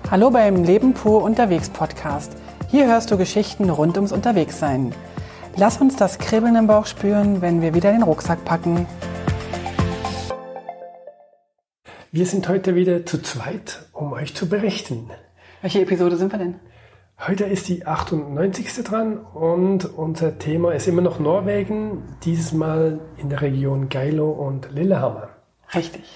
Hallo beim Leben pur unterwegs Podcast. Hier hörst du Geschichten rund ums Unterwegssein. Lass uns das Kribbeln im Bauch spüren, wenn wir wieder den Rucksack packen. Wir sind heute wieder zu zweit, um euch zu berichten. Welche Episode sind wir denn? Heute ist die 98. dran und unser Thema ist immer noch Norwegen, dieses Mal in der Region Geilo und Lillehammer. Richtig.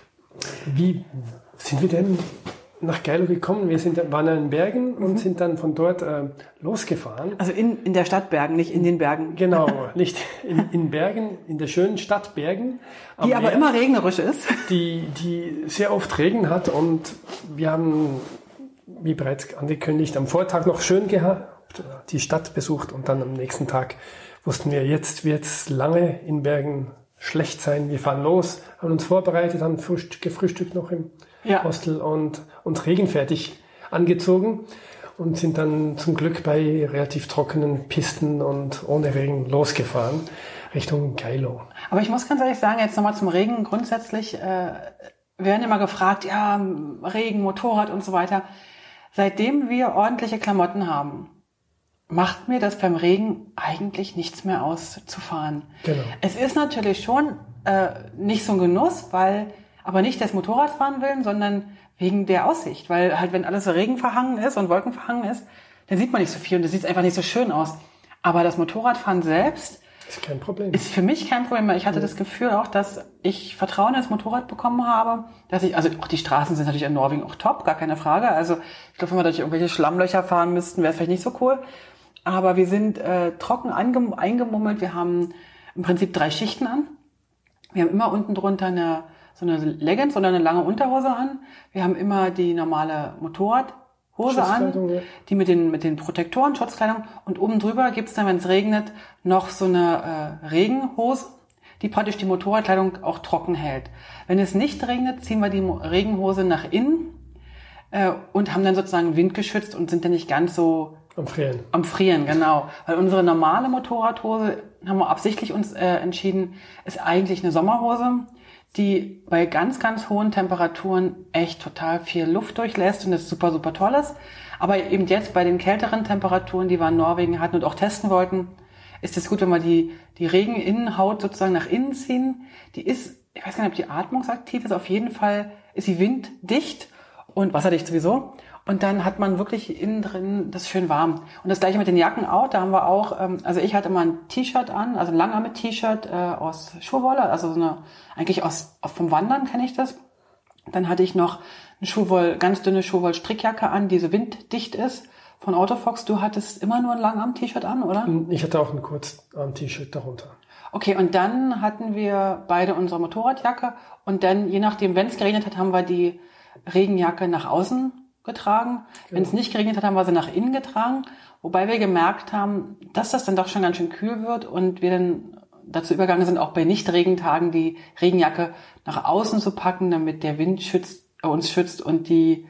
Wie sind wir denn nach Geilo gekommen? Wir waren in Bergen und sind dann von dort losgefahren. Also in der Stadt Bergen, nicht in den Bergen. Genau, nicht in Bergen, in der schönen Stadt Bergen. Die aber immer regnerisch ist. Die sehr oft Regen hat und wir haben, wie bereits angekündigt, am Vortag noch schön gehabt, die Stadt besucht und dann am nächsten Tag wussten wir, jetzt wird es lange in Bergen schlecht sein. Wir fahren los, haben uns vorbereitet, haben gefrühstückt noch im Hostel und uns regenfertig angezogen und sind dann zum Glück bei relativ trockenen Pisten und ohne Regen losgefahren Richtung Geilo. Aber ich muss ganz ehrlich sagen, jetzt nochmal zum Regen. Grundsätzlich werden immer gefragt, ja, Regen, Motorrad und so weiter. Seitdem wir ordentliche Klamotten haben, macht mir das beim Regen eigentlich nichts mehr aus zu fahren. Genau. Es ist natürlich schon nicht so ein Genuss, aber nicht das Motorradfahren willen, sondern wegen der Aussicht. Weil halt, wenn alles so regenverhangen ist und wolkenverhangen ist, dann sieht man nicht so viel und das sieht einfach nicht so schön aus. Aber das Motorradfahren selbst ist kein Problem. Ist für mich kein Problem. Ich hatte das Gefühl auch, dass ich Vertrauen ins Motorrad bekommen habe, also auch die Straßen sind natürlich in Norwegen auch top, gar keine Frage. Also ich glaube, wenn wir durch irgendwelche Schlammlöcher fahren müssten, wäre es vielleicht nicht so cool. Aber wir sind trocken eingemummelt. Wir haben im Prinzip 3 Schichten an. Wir haben immer unten drunter so eine Leggings oder eine lange Unterhose an. Wir haben immer die normale Motorradhose an, die mit den Protektoren, Schutzkleidung. Und oben drüber gibt's dann, wenn es regnet, noch so eine Regenhose, die praktisch die Motorradkleidung auch trocken hält. Wenn es nicht regnet, ziehen wir die Regenhose nach innen und haben dann sozusagen windgeschützt und sind dann nicht ganz so Am Frieren, genau. Weil unsere normale Motorradhose, haben wir absichtlich uns entschieden, ist eigentlich eine Sommerhose, die bei ganz, ganz hohen Temperaturen echt total viel Luft durchlässt und das super, super toll ist. Aber eben jetzt bei den kälteren Temperaturen, die wir in Norwegen hatten und auch testen wollten, ist es gut, wenn wir die Regeninnenhaut sozusagen nach innen ziehen. Die ist, ich weiß gar nicht, ob die atmungsaktiv ist, auf jeden Fall ist sie winddicht und wasserdicht sowieso. Und dann hat man wirklich innen drin das schön warm. Und das gleiche mit den Jacken auch. Da haben wir auch, also ich hatte immer ein T-Shirt an, also ein Langarme-T-Shirt aus Schurwolle, also eigentlich vom Wandern kenne ich das. Dann hatte ich noch eine ganz dünne Schurwoll-Strickjacke an, die so winddicht ist, von Autofox. Du hattest immer nur ein Langarm-T-Shirt an, oder? Ich hatte auch ein Kurzarm-T-Shirt darunter. Okay, und dann hatten wir beide unsere Motorradjacke und dann, je nachdem, wenn es geregnet hat, haben wir die Regenjacke nach außen getragen. Genau. Wenn es nicht geregnet hat, haben wir sie nach innen getragen. Wobei wir gemerkt haben, dass das dann doch schon ganz schön kühl wird und wir dann dazu übergegangen sind, auch bei Nicht-Regentagen die Regenjacke nach außen zu packen, damit der Wind uns schützt und die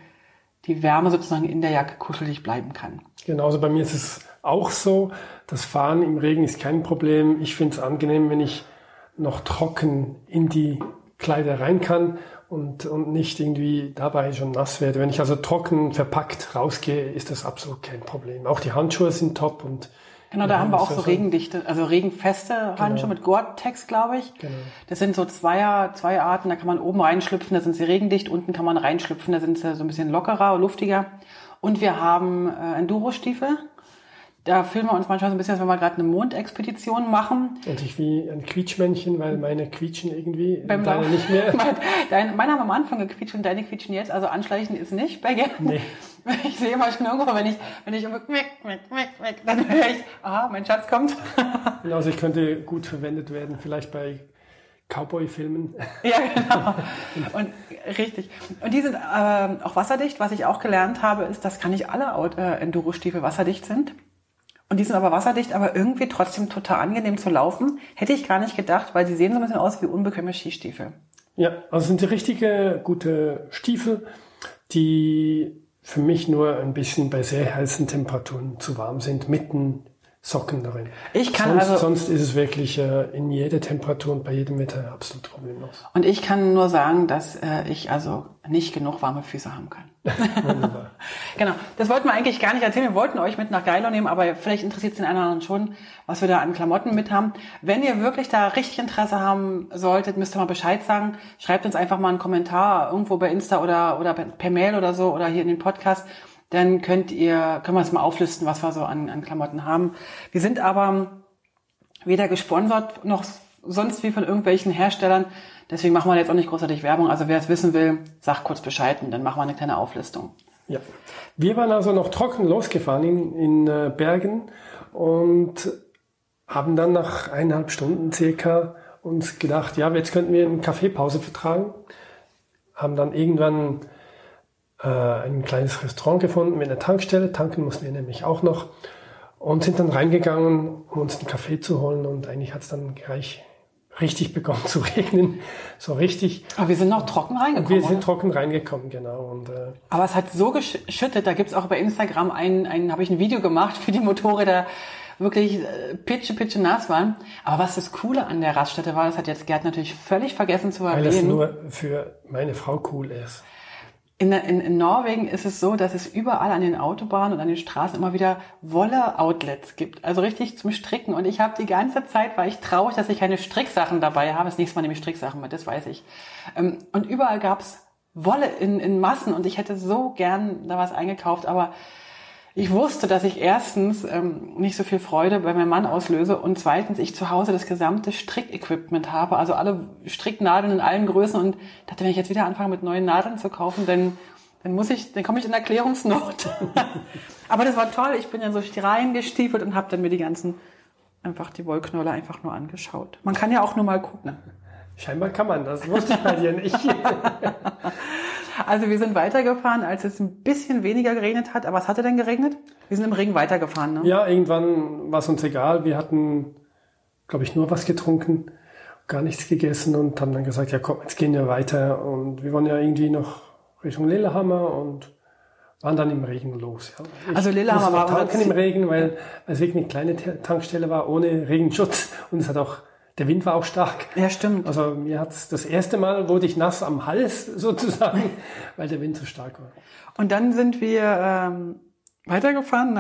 Wärme sozusagen in der Jacke kuschelig bleiben kann. Genauso bei mir ist es auch so. Das Fahren im Regen ist kein Problem. Ich finde es angenehm, wenn ich noch trocken in die Kleider rein kann und nicht irgendwie dabei schon nass werde. Wenn ich also trocken verpackt rausgehe, ist das absolut kein Problem. Auch die Handschuhe sind top und genau, da haben wir auch so regendichte, also regenfeste Handschuhe mit Gore-Tex, glaube ich. Genau. Das sind so zwei Arten, da kann man oben reinschlüpfen, da sind sie regendicht, unten kann man reinschlüpfen, da sind sie so ein bisschen lockerer, luftiger. Und wir haben Enduro-Stiefel. Da fühlen wir uns manchmal so ein bisschen, als wenn wir gerade eine Mondexpedition machen. Und ich wie ein Quietschmännchen, weil meine quietschen irgendwie, deine nicht mehr. Meine haben am Anfang gequietscht und deine quietschen jetzt. Also anschleichen ist nicht bei Gerd. Nee. Ich sehe immer schon irgendwo, wenn ich dann höre ich, mein Schatz kommt. Also ich könnte gut verwendet werden, vielleicht bei Cowboy-Filmen. Ja, genau. Und richtig. Und die sind auch wasserdicht. Was ich auch gelernt habe, ist, dass gar nicht alle Enduro-Stiefel wasserdicht sind. Und die sind aber wasserdicht, aber irgendwie trotzdem total angenehm zu laufen. Hätte ich gar nicht gedacht, weil sie sehen so ein bisschen aus wie unbequeme Skistiefel. Ja, also sind die richtige, gute Stiefel, die für mich nur ein bisschen bei sehr heißen Temperaturen zu warm sind, mitten Socken darin. Ich kann sonst ist es wirklich in jeder Temperatur und bei jedem Wetter absolut problemlos. Und ich kann nur sagen, dass ich also nicht genug warme Füße haben kann. Wunderbar. Genau, das wollten wir eigentlich gar nicht erzählen. Wir wollten euch mit nach Geilo nehmen, aber vielleicht interessiert es den einen oder anderen schon, was wir da an Klamotten mit haben. Wenn ihr wirklich da richtig Interesse haben solltet, müsst ihr mal Bescheid sagen. Schreibt uns einfach mal einen Kommentar irgendwo bei Insta oder per Mail oder so oder hier in den Podcast. Dann können wir es mal auflisten, was wir so an Klamotten haben. Wir sind aber weder gesponsert noch sonst wie von irgendwelchen Herstellern. Deswegen machen wir jetzt auch nicht großartig Werbung. Also wer es wissen will, sagt kurz Bescheid und dann machen wir eine kleine Auflistung. Ja, wir waren also noch trocken losgefahren in Bergen und haben dann nach 1,5 Stunden circa uns gedacht, ja, jetzt könnten wir eine Kaffeepause vertragen. Haben dann irgendwann ein kleines Restaurant gefunden mit einer Tankstelle. Tanken mussten wir nämlich auch noch. Und sind dann reingegangen, um uns einen Kaffee zu holen. Und eigentlich hat es dann gleich richtig begonnen zu regnen. So richtig. Aber wir sind noch trocken reingekommen. Wir sind trocken reingekommen, genau. Und, aber es hat so geschüttet. Da gibt's auch bei Instagram habe ich ein Video gemacht für die Motorräder, wirklich pitche nass waren. Aber was das Coole an der Raststätte war, das hat jetzt Gerd natürlich völlig vergessen zu erwähnen. Weil es nur für meine Frau cool ist. In Norwegen ist es so, dass es überall an den Autobahnen und an den Straßen immer wieder Wolle-Outlets gibt. Also richtig zum Stricken. Und ich habe die ganze Zeit, war ich traurig, dass ich keine Stricksachen dabei habe. Das nächste Mal nehme ich Stricksachen mit, das weiß ich. Und überall gab's Wolle in Massen und ich hätte so gern da was eingekauft. Aber ich wusste, dass ich erstens nicht so viel Freude bei meinem Mann auslöse und zweitens ich zu Hause das gesamte Strickequipment habe, also alle Stricknadeln in allen Größen und dachte, wenn ich jetzt wieder anfange mit neuen Nadeln zu kaufen, dann komme ich in Erklärungsnot. Aber das war toll, ich bin dann so reingestiefelt und habe dann mir die Wollknolle einfach nur angeschaut. Man kann ja auch nur mal gucken. Scheinbar kann man, das wusste ich bei dir nicht. Also wir sind weitergefahren, als es ein bisschen weniger geregnet hat. Aber was hat denn geregnet? Wir sind im Regen weitergefahren, ne? Ja, irgendwann war es uns egal. Wir hatten, glaube ich, nur was getrunken, gar nichts gegessen und haben dann gesagt, ja komm, jetzt gehen wir weiter. Und wir waren ja irgendwie noch Richtung Lillehammer und waren dann im Regen los. Ja. Also Lillehammer war tanken im Regen, weil es wirklich eine kleine Tankstelle war, ohne Regenschutz. Und der Wind war auch stark. Ja, stimmt. Also mir hat's das erste Mal wurde ich nass am Hals sozusagen, weil der Wind so stark war. Und dann sind wir weitergefahren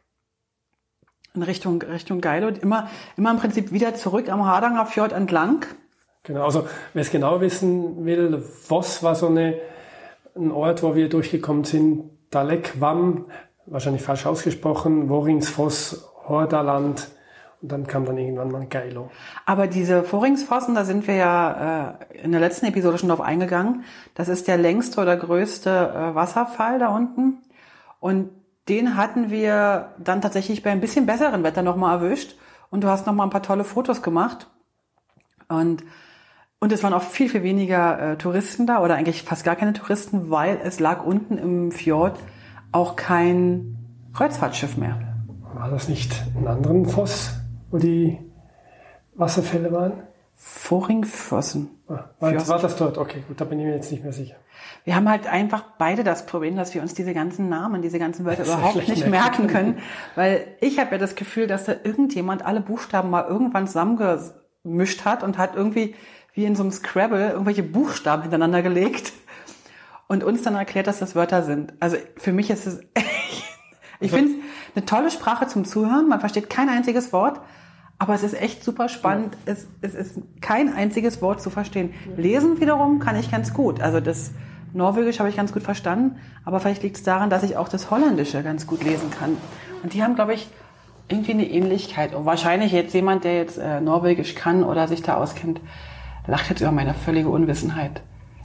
in Richtung Geilo, immer im Prinzip wieder zurück am Hardanger Fjord entlang. Genau, also wer es genau wissen will, Voss war so ein Ort, wo wir durchgekommen sind. Dalekvam, wahrscheinlich falsch ausgesprochen, Voringsfoss, Hordaland. Und dann kam dann irgendwann mal Geilo. Aber diese Voringsfossen, da sind wir ja in der letzten Episode schon drauf eingegangen. Das ist der längste oder größte Wasserfall da unten. Und den hatten wir dann tatsächlich bei ein bisschen besseren Wetter nochmal erwischt. Und du hast nochmal ein paar tolle Fotos gemacht. Und es waren auch viel, viel weniger Touristen da oder eigentlich fast gar keine Touristen, weil es lag unten im Fjord auch kein Kreuzfahrtschiff mehr. War das nicht ein anderen Foss, wo die Wasserfälle waren? Voringsfossen. War das dort? Okay, gut, da bin ich mir jetzt nicht mehr sicher. Wir haben halt einfach beide das Problem, dass wir uns diese ganzen Namen, diese ganzen Wörter überhaupt nicht merken können. Weil ich habe ja das Gefühl, dass da irgendjemand alle Buchstaben mal irgendwann zusammengemischt hat und hat irgendwie wie in so einem Scrabble irgendwelche Buchstaben hintereinander gelegt und uns dann erklärt, dass das Wörter sind. Also für mich ist es ich finde es eine tolle Sprache zum Zuhören. Man versteht kein einziges Wort, aber es ist echt super spannend. Ja. Es ist kein einziges Wort zu verstehen. Lesen wiederum kann ich ganz gut. Also das Norwegisch habe ich ganz gut verstanden, aber vielleicht liegt es daran, dass ich auch das Holländische ganz gut lesen kann. Und die haben, glaube ich, irgendwie eine Ähnlichkeit. Und wahrscheinlich jetzt jemand, der jetzt Norwegisch kann oder sich da auskennt, lacht jetzt über meine völlige Unwissenheit.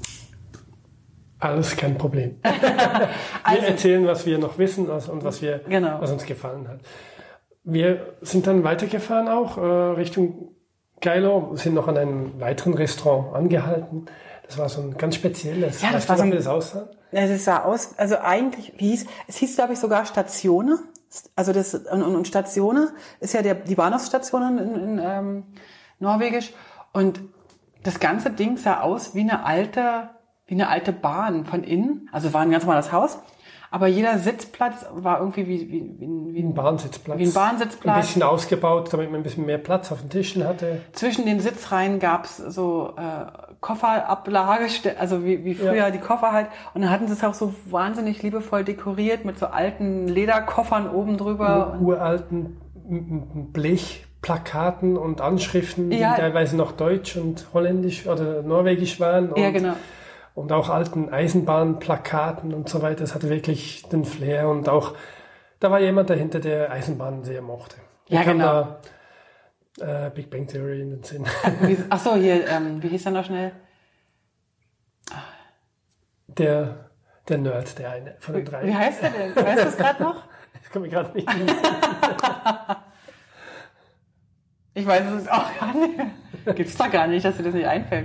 Alles kein Problem. Wir erzählen, was wir noch wissen was uns gefallen hat. Wir sind dann weitergefahren auch Richtung Geilo, sind noch an einem weiteren Restaurant angehalten. Das war so ein ganz spezielles. Ja, das war so, wie das aussah? Es sah aus, also eigentlich, es hieß glaube ich sogar Statione. Also und Statione ist ja die Bahnhofsstation in Norwegisch. Und das ganze Ding sah aus wie eine alte Bahn von innen. Also war ein ganz normales Haus. aber jeder Sitzplatz war irgendwie wie ein Bahnsitzplatz. Wie ein Bahnsitzplatz. Ein bisschen ausgebaut, damit man ein bisschen mehr Platz auf den Tischen hatte. Zwischen den Sitzreihen gab's so Kofferablage, also wie früher die Koffer halt. Und dann hatten sie es auch so wahnsinnig liebevoll dekoriert mit so alten Lederkoffern oben drüber. Uralten Blechplakaten und Anschriften, die teilweise noch deutsch und holländisch oder norwegisch waren. Ja, genau. Und auch alten Eisenbahnplakaten und so weiter. Das hatte wirklich den Flair. Und auch, da war jemand dahinter, der Eisenbahnen sehr mochte. Ja, genau. Da Big Bang Theory in den Sinn. Ach so, hier, wie hieß er noch schnell? Der Nerd, der eine von den drei. Wie heißt der denn? Weißt du es gerade noch? Ich komme gerade nicht hin. Ich weiß es auch gar nicht. Gibt's doch gar nicht, dass dir das nicht einfällt.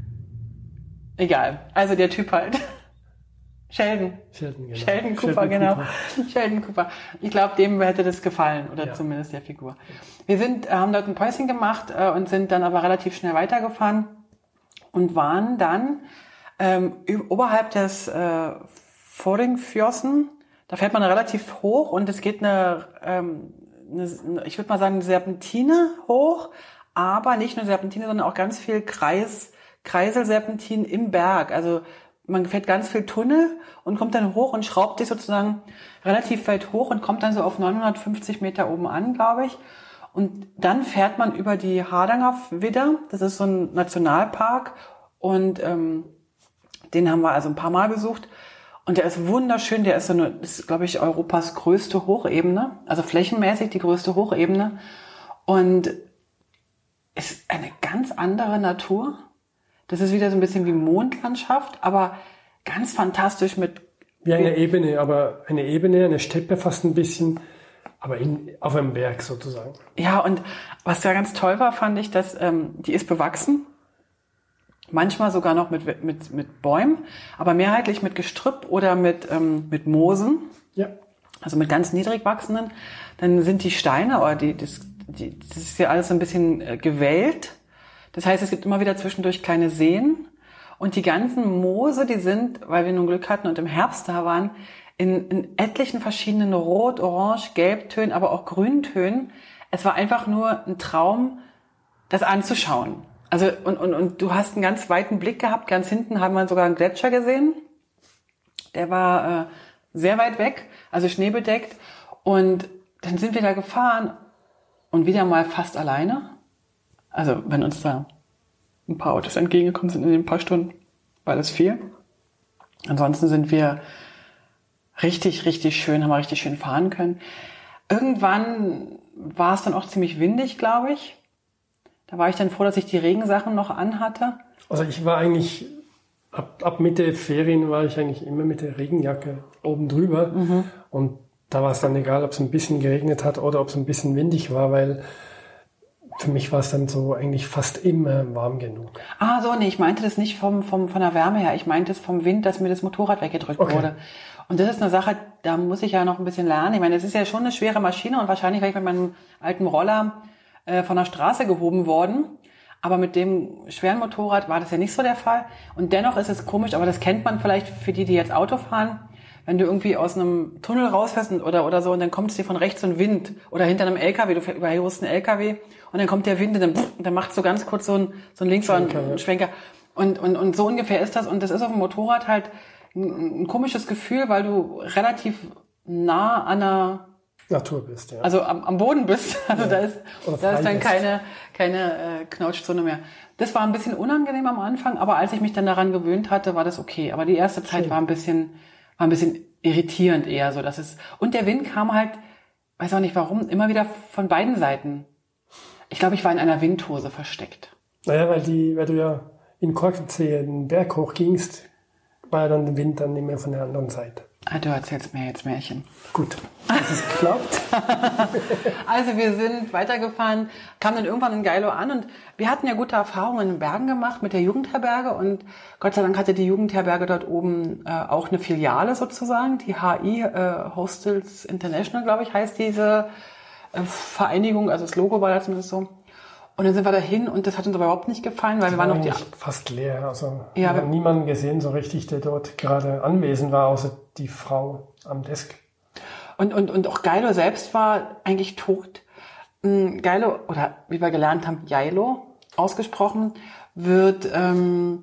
Egal. Also der Typ halt. Sheldon. Genau. Sheldon Cooper, genau. Sheldon Cooper. Ich glaube, dem hätte das gefallen, oder zumindest der Figur. Wir haben dort ein Päuschen gemacht und sind dann aber relativ schnell weitergefahren und waren dann oberhalb des Foringfjorden. Da fährt man relativ hoch und es geht ich würde mal sagen, eine Serpentine hoch, aber nicht nur Serpentine, sondern auch ganz viel Kreiselserpentin im Berg. Also man fährt ganz viel Tunnel und kommt dann hoch und schraubt sich sozusagen relativ weit hoch und kommt dann so auf 950 Meter oben an, glaube ich. Und dann fährt man über die Hardanger Widder. Das ist so ein Nationalpark und den haben wir also ein paar Mal besucht. Und der ist wunderschön. Der ist ist, glaube ich, Europas größte Hochebene. Also flächenmäßig die größte Hochebene. Und ist eine ganz andere Natur. Das ist wieder so ein bisschen wie Mondlandschaft, aber ganz fantastisch mit... Wie eine Ebene, eine Steppe fast ein bisschen, aber auf einem Berg sozusagen. Ja, und was da ganz toll war, fand ich, dass die ist bewachsen. Manchmal sogar noch mit Bäumen, aber mehrheitlich mit Gestrüpp oder mit Moosen. Ja. Also mit ganz niedrig wachsenden. Dann sind die Steine, oder das ist ja alles so ein bisschen gewellt. Das heißt, es gibt immer wieder zwischendurch kleine Seen. Und die ganzen Moose, die sind, weil wir nun Glück hatten und im Herbst da waren, in etlichen verschiedenen Rot-, Orange-, Gelbtönen, aber auch Grüntönen. Es war einfach nur ein Traum, das anzuschauen. Also, und du hast einen ganz weiten Blick gehabt. Ganz hinten haben wir sogar einen Gletscher gesehen. Der war sehr weit weg, also schneebedeckt. Und dann sind wir da gefahren und wieder mal fast alleine. Also, wenn uns da ein paar Autos entgegengekommen sind in den paar Stunden, war das viel. Ansonsten sind wir haben wir richtig schön fahren können. Irgendwann war es dann auch ziemlich windig, glaube ich. Da war ich dann froh, dass ich die Regensachen noch anhatte. Also ich war eigentlich, ab Mitte Ferien war ich eigentlich immer mit der Regenjacke oben drüber. Mhm. Und da war es dann egal, ob es ein bisschen geregnet hat oder ob es ein bisschen windig war, weil für mich war es dann so eigentlich fast immer warm genug. Ah, so, nee, ich meinte das nicht von der Wärme her. Ich meinte es vom Wind, dass mir das Motorrad weggedrückt wurde. Und das ist eine Sache, da muss ich ja noch ein bisschen lernen. Ich meine, es ist ja schon eine schwere Maschine und wahrscheinlich wäre ich mit meinem alten Roller von der Straße gehoben worden. Aber mit dem schweren Motorrad war das ja nicht so der Fall. Und dennoch ist es komisch, aber das kennt man vielleicht für die jetzt Auto fahren. Wenn du irgendwie aus einem Tunnel rausfährst oder so und dann kommt es dir von rechts so ein Wind oder hinter einem LKW, du überholst einen LKW und dann kommt der Wind und dann macht so ganz kurz so ein links oder ein Schwenker. Und so ungefähr ist das. Und das ist auf dem Motorrad halt ein komisches Gefühl, weil du relativ nah an der Natur bist, ja. Also am Boden bist. Also ja. da ist dann keine Knautschzone mehr. Das war ein bisschen unangenehm am Anfang, aber als ich mich dann daran gewöhnt hatte, war das okay. Aber die erste Zeit war ein bisschen irritierend eher so. Und der Wind kam halt, weiß auch nicht warum, immer wieder von beiden Seiten. Ich glaube, ich war in einer Windhose versteckt. Naja, weil du ja in Korkenzee den Berg hochgingst, war ja dann der Wind dann nicht mehr von der anderen Seite. Ah, du erzählst mir jetzt Märchen. Gut, das ist geklappt. Also wir sind weitergefahren, kamen dann irgendwann in Geilo an und wir hatten ja gute Erfahrungen in den Bergen gemacht mit der Jugendherberge und Gott sei Dank hatte die Jugendherberge dort oben auch eine Filiale sozusagen, die HI, Hostels International, glaube ich, heißt diese Vereinigung, also das Logo war da zumindest so. Und dann sind wir dahin und das hat uns aber überhaupt nicht gefallen, weil wir waren noch fast leer. Also wir haben niemanden gesehen so richtig, der dort gerade anwesend war, außer die Frau am Desk. Und auch Geilo selbst war eigentlich tot. Geilo, oder wie wir gelernt haben, Jailo ausgesprochen, ist ein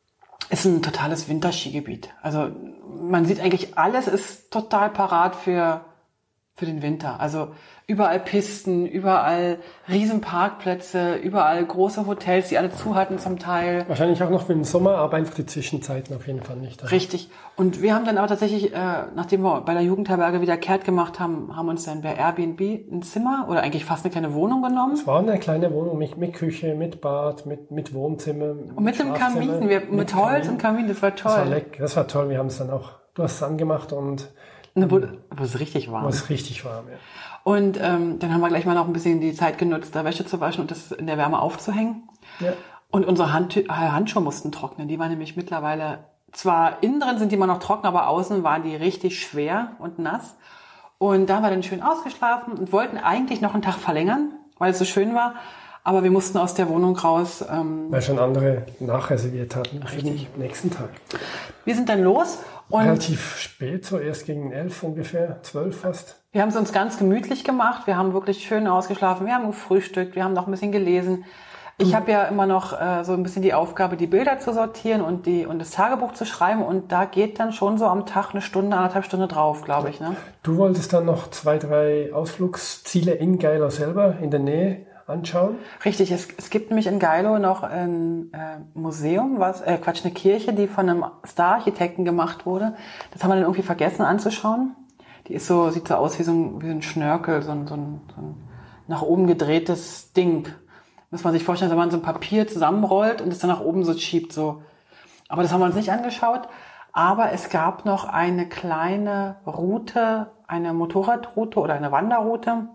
totales Winterskigebiet. Also man sieht eigentlich, alles ist total parat für den Winter. Also überall Pisten, überall Riesenparkplätze, überall große Hotels, die alle zu hatten zum Teil. Wahrscheinlich auch noch für den Sommer, aber einfach die Zwischenzeiten auf jeden Fall nicht. Also. Richtig. Und wir haben dann aber tatsächlich, nachdem wir bei der Jugendherberge wieder kehrt gemacht haben, haben uns dann bei Airbnb ein Zimmer oder eigentlich fast eine kleine Wohnung genommen. Es war eine kleine Wohnung mit Küche, mit Bad, mit Wohnzimmer. Und mit dem Kamin, mit Holz und Kamin, das war toll. Das war toll, wir haben es dann auch, du hast es angemacht und wo es richtig warm. Wo es richtig warm, ja. Und dann haben wir gleich mal noch ein bisschen die Zeit genutzt, da Wäsche zu waschen und das in der Wärme aufzuhängen. Ja. Und unsere Handschuhe mussten trocknen. Die waren nämlich mittlerweile, zwar innen drin sind die immer noch trocken, aber außen waren die richtig schwer und nass. Und da haben wir dann schön ausgeschlafen und wollten eigentlich noch einen Tag verlängern, weil es so schön war. Aber wir mussten aus der Wohnung raus. Weil schon andere nachreserviert hatten für den nächsten Tag. Wir sind dann los. Und relativ spät, so erst gegen 11 ungefähr, 12 fast. Wir haben es uns ganz gemütlich gemacht. Wir haben wirklich schön ausgeschlafen. Wir haben gefrühstückt. Wir haben noch ein bisschen gelesen. Ich habe ja immer noch so ein bisschen die Aufgabe, die Bilder zu sortieren und das Tagebuch zu schreiben. Und da geht dann schon so am Tag eine Stunde, 1,5 Stunden drauf, glaube ich. Ne? Du wolltest dann noch 2, 3 Ausflugsziele in Geilo selber, in der Nähe anschauen? Richtig, es gibt nämlich in Geilo noch ein Museum, eine Kirche, die von einem Star-Architekten gemacht wurde. Das haben wir dann irgendwie vergessen anzuschauen. Die ist so, sieht so aus wie wie ein Schnörkel, so ein nach oben gedrehtes Ding. Muss man sich vorstellen, wenn man so ein Papier zusammenrollt und es dann nach oben so schiebt, so. Aber das haben wir uns nicht angeschaut. Aber es gab noch eine kleine Route, eine Motorradroute oder eine Wanderroute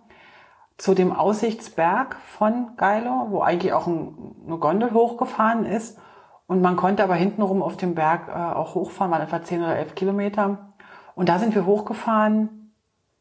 zu dem Aussichtsberg von Geilo, wo eigentlich auch eine Gondel hochgefahren ist. Und man konnte aber hintenrum auf dem Berg auch hochfahren, waren etwa 10 oder 11 Kilometer. Und da sind wir hochgefahren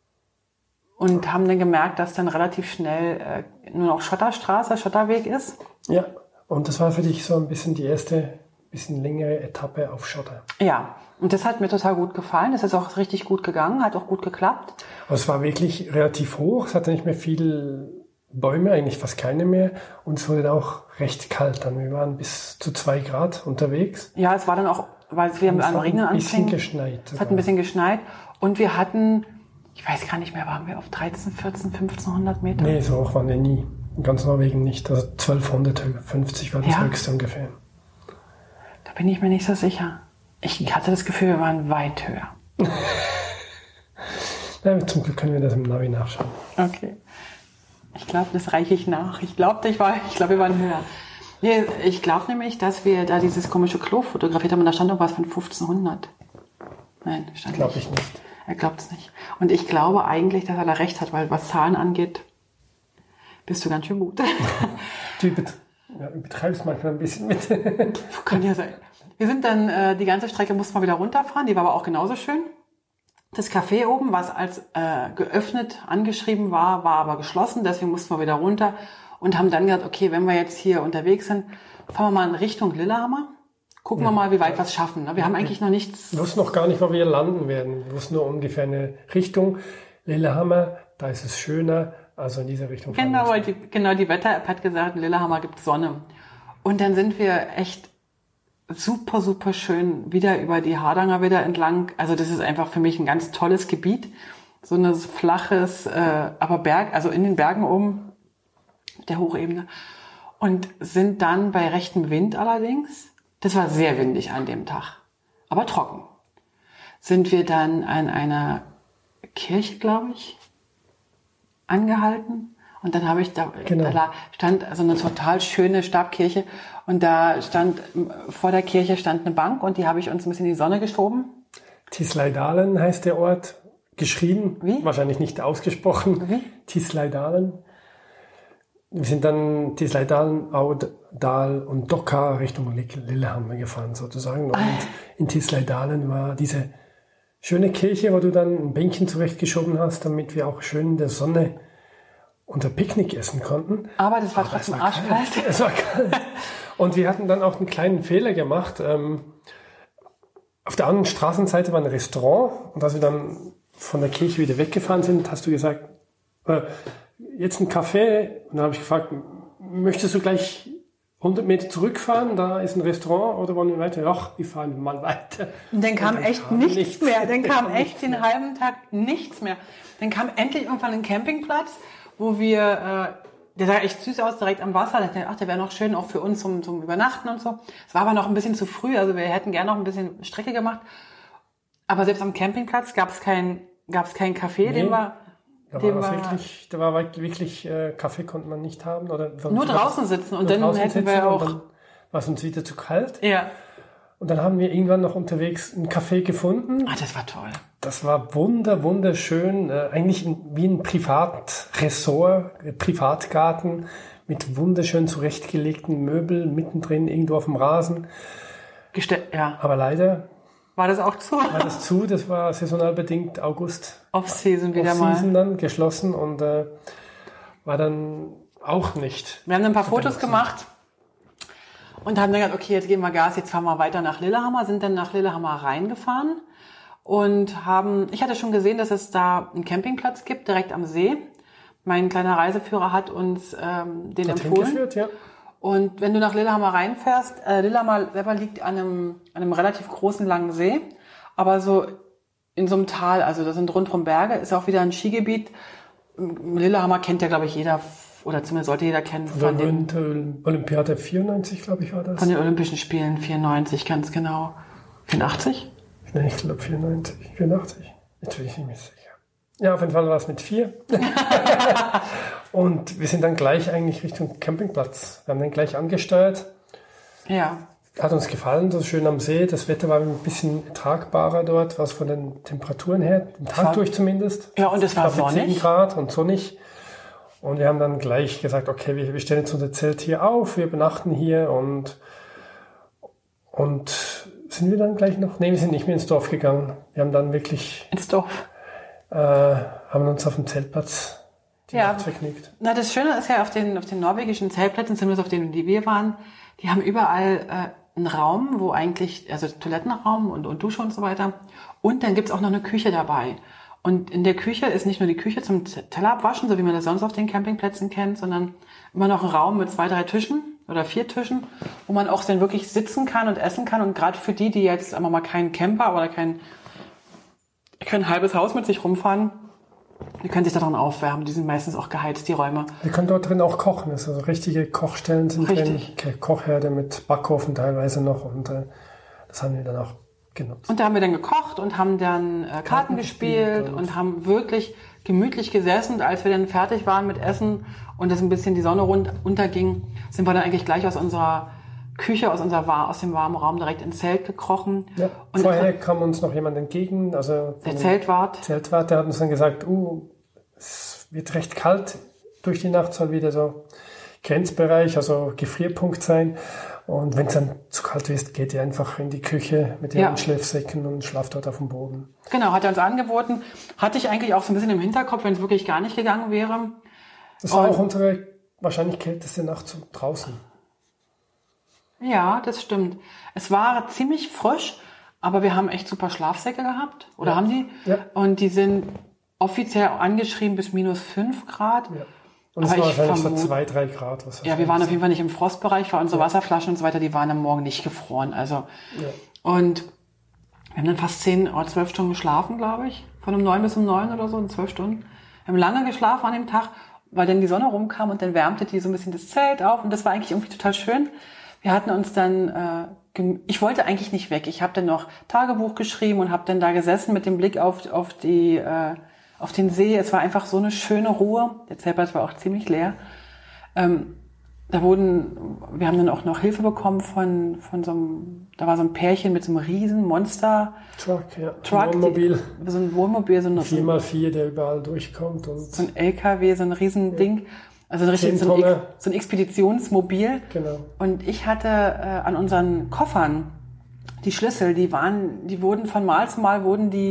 und haben dann gemerkt, dass dann relativ schnell nur noch Schotterweg ist. Ja, und das war für dich so ein bisschen die erste, bisschen längere Etappe auf Schotter. Ja, und das hat mir total gut gefallen. Das ist auch richtig gut gegangen, hat auch gut geklappt. Aber es war wirklich relativ hoch, es hatte nicht mehr viel Bäume, eigentlich fast keine mehr. Und es wurde dann auch recht kalt dann. Wir waren bis zu 2 Grad unterwegs. Ja, es war dann auch, weil wir mit einem Regnen anfingen. Es hat ein bisschen geschneit. Es hat ein bisschen geschneit. Und wir hatten, ich weiß gar nicht mehr, waren wir auf 13, 14, 1500 Meter? Nee, so hoch waren wir nie. In ganz Norwegen nicht. Also 1250 war das höchste ungefähr. Da bin ich mir nicht so sicher. Ich hatte das Gefühl, wir waren weit höher. Ja, zum Glück können wir das im Navi nachschauen. Okay. Ich glaube, das reiche ich nach. Ich glaube, wir waren höher. Nee, ich glaube nämlich, dass wir da dieses komische Klo fotografiert haben und da stand doch was von 1500. Nein, stand nicht. Glaube ich nicht. Er glaubt es nicht. Und ich glaube eigentlich, dass er da recht hat, weil was Zahlen angeht, bist du ganz schön gut. Du übertreibst manchmal ein bisschen mit. Kann ja sein. Wir sind dann, die ganze Strecke mussten wir wieder runterfahren, die war aber auch genauso schön. Das Café oben, was als geöffnet angeschrieben war, war aber geschlossen, deswegen mussten wir wieder runter und haben dann gesagt, okay, wenn wir jetzt hier unterwegs sind, fahren wir mal in Richtung Lillehammer, gucken wir mal, wie weit wir es schaffen. Wir haben eigentlich noch nichts... Wir wussten noch gar nicht, wo wir landen werden. Wir wussten nur ungefähr eine Richtung. Lillehammer, da ist es schöner, also in diese Richtung. Genau, die Wetter-App hat gesagt, in Lillehammer gibt es Sonne. Und dann sind wir echt super, super schön wieder über die Hardanger wieder entlang. Also das ist einfach für mich ein ganz tolles Gebiet. So ein flaches, aber also in den Bergen oben, der Hochebene. Und sind dann bei rechtem Wind allerdings, das war sehr windig an dem Tag, aber trocken, sind wir dann an einer Kirche, glaube ich, angehalten. Und dann habe ich da stand also eine total schöne Stabkirche und da stand vor der Kirche stand eine Bank und die habe ich uns ein bisschen in die Sonne geschoben. Tisleidalen heißt der Ort, geschrieben, wie? Wahrscheinlich nicht ausgesprochen. Wie? Tisleidalen. Wir sind dann Tisleidalen, Audal und Dokka Richtung Lillehammer gefahren sozusagen. Und in Tisleidalen war diese schöne Kirche, wo du dann ein Bänkchen zurechtgeschoben hast, damit wir auch schön in der Sonne unser Picknick essen konnten. Aber das war trotzdem arschkalt. Es war kalt. Und wir hatten dann auch einen kleinen Fehler gemacht. Auf der anderen Straßenseite war ein Restaurant. Und als wir dann von der Kirche wieder weggefahren sind, hast du gesagt, jetzt ein Kaffee. Und dann habe ich gefragt, möchtest du gleich 100 Meter zurückfahren? Da ist ein Restaurant. Oder wollen wir weiter? Ach, wir fahren mal weiter. Und dann kam echt nichts mehr. Dann kam echt den halben Tag nichts mehr. Dann kam endlich irgendwann ein Campingplatz, wo wir, der sah echt süß aus, direkt am Wasser. Da dachte ich, ach, der wäre noch schön, auch für uns zum Übernachten und so. Es war aber noch ein bisschen zu früh, also wir hätten gerne noch ein bisschen Strecke gemacht. Aber selbst am Campingplatz gab es keinen Café, Nee. Da war wirklich Kaffee konnte man nicht haben. Oder nur draußen sitzen und dann hätten wir auch... Dann war es uns wieder zu kalt. Ja. Und dann haben wir irgendwann noch unterwegs ein Café gefunden. Ah, das war toll. Das war wunderschön. Eigentlich wie ein Privatressort, Privatgarten mit wunderschön zurechtgelegten Möbeln mittendrin irgendwo auf dem Rasen. Ja. Aber leider War das auch zu? war das zu. Das war saisonal bedingt August. Off-Season wieder Off-Season mal. dann geschlossen und war dann auch nicht. Wir haben dann ein paar Fotos gemacht und haben dann gesagt, okay, jetzt geben wir Gas, jetzt fahren wir weiter nach Lillehammer, sind dann nach Lillehammer reingefahren und ich hatte schon gesehen, dass es da einen Campingplatz gibt, direkt am See. Mein kleiner Reiseführer hat uns den empfohlen. Hingeführt, ja. Und wenn du nach Lillehammer reinfährst, Lillehammer selber liegt an einem relativ großen, langen See, aber so in so einem Tal, also da sind rundherum Berge, ist auch wieder ein Skigebiet. Lillehammer kennt ja, glaube ich, jeder, oder zumindest sollte jeder kennen. Von der Olympiade 94, glaube ich, war das. Von den Olympischen Spielen 94, ganz genau. 84? Nein, ich glaube 94, 84. Jetzt bin ich nicht mehr sicher. Ja, auf jeden Fall war es mit 4. Und wir sind dann gleich eigentlich Richtung Campingplatz. Wir haben den gleich angesteuert. Ja. Hat uns gefallen, so schön am See. Das Wetter war ein bisschen ertragbarer dort, was von den Temperaturen her, den Tag durch zumindest. Ja, und es war sonnig. 10 Grad und sonnig. Und wir haben dann gleich gesagt, okay, wir stellen jetzt unser Zelt hier auf, wir übernachten hier und sind wir dann gleich noch? Nee, wir sind nicht mehr ins Dorf gegangen. Wir haben dann wirklich... Ins Dorf. haben uns auf dem Zeltplatz die Nacht vergnügt. Na, das Schöne ist ja, auf den norwegischen Zeltplätzen, zumindest auf denen, die wir waren, die haben überall einen Raum, wo eigentlich, also Toilettenraum und Dusche und so weiter. Und dann gibt's auch noch eine Küche dabei. Und in der Küche ist nicht nur die Küche zum Teller abwaschen, so wie man das sonst auf den Campingplätzen kennt, sondern immer noch ein Raum mit 2, 3 Tischen oder 4 Tischen, wo man auch dann wirklich sitzen kann und essen kann. Und gerade für die jetzt einmal mal keinen Camper oder kein halbes Haus mit sich rumfahren, die können sich da drin aufwärmen. Die sind meistens auch geheizt, die Räume. Wir können dort drin auch kochen. Also richtige Kochstellen sind drin. Kochherde mit Backofen teilweise noch. Und das haben wir dann auch genutzt. Und da haben wir dann gekocht und haben dann Karten gespielt und haben wirklich gemütlich gesessen. Und als wir dann fertig waren mit Essen und es ein bisschen die Sonne unterging, sind wir dann eigentlich gleich aus unserer Küche, aus dem warmen Raum direkt ins Zelt gekrochen. Ja, und vorher kam uns noch jemand entgegen, also der Zeltwart. Der hat uns dann gesagt, es wird recht kalt durch die Nacht, soll wieder so Grenzbereich, also Gefrierpunkt sein. Und wenn es dann zu kalt ist, geht ihr einfach in die Küche mit ihren Schläfsäcken und schlaft dort auf dem Boden. Genau, hat er uns angeboten. Hatte ich eigentlich auch so ein bisschen im Hinterkopf, wenn es wirklich gar nicht gegangen wäre. Das war auch unsere wahrscheinlich kälteste Nacht draußen. Ja, das stimmt. Es war ziemlich frisch, aber wir haben echt super Schlafsäcke gehabt. Oder haben die? Ja. Und die sind offiziell angeschrieben bis -5 Grad. Ja. Und es war wahrscheinlich so 2, 3 Grad. Ja, wir waren auf jeden Fall nicht im Frostbereich, weil unsere Wasserflaschen und so weiter, die waren am Morgen nicht gefroren. Also, und wir haben dann fast 10 oder 12 Stunden geschlafen, glaube ich. Von um 9 bis um 9 oder so, in 12 Stunden. Wir haben lange geschlafen an dem Tag, weil dann die Sonne rumkam und dann wärmte die so ein bisschen das Zelt auf. Und das war eigentlich irgendwie total schön. Wir hatten uns dann, ich wollte eigentlich nicht weg. Ich habe dann noch Tagebuch geschrieben und habe dann da gesessen mit dem Blick auf den See. Es war einfach so eine schöne Ruhe. Der Zeltplatz war auch ziemlich leer. Wir haben dann auch noch Hilfe bekommen von so einem, da war so ein Pärchen mit so einem riesen Monster Truck, Wohnmobil. So ein Wohnmobil, so ein 4x4, der überall durchkommt. Und so ein LKW, so ein riesen Ding. Also so ein Expeditionsmobil. Genau. Und ich hatte an unseren Koffern die Schlüssel, die wurden von Mal zu Mal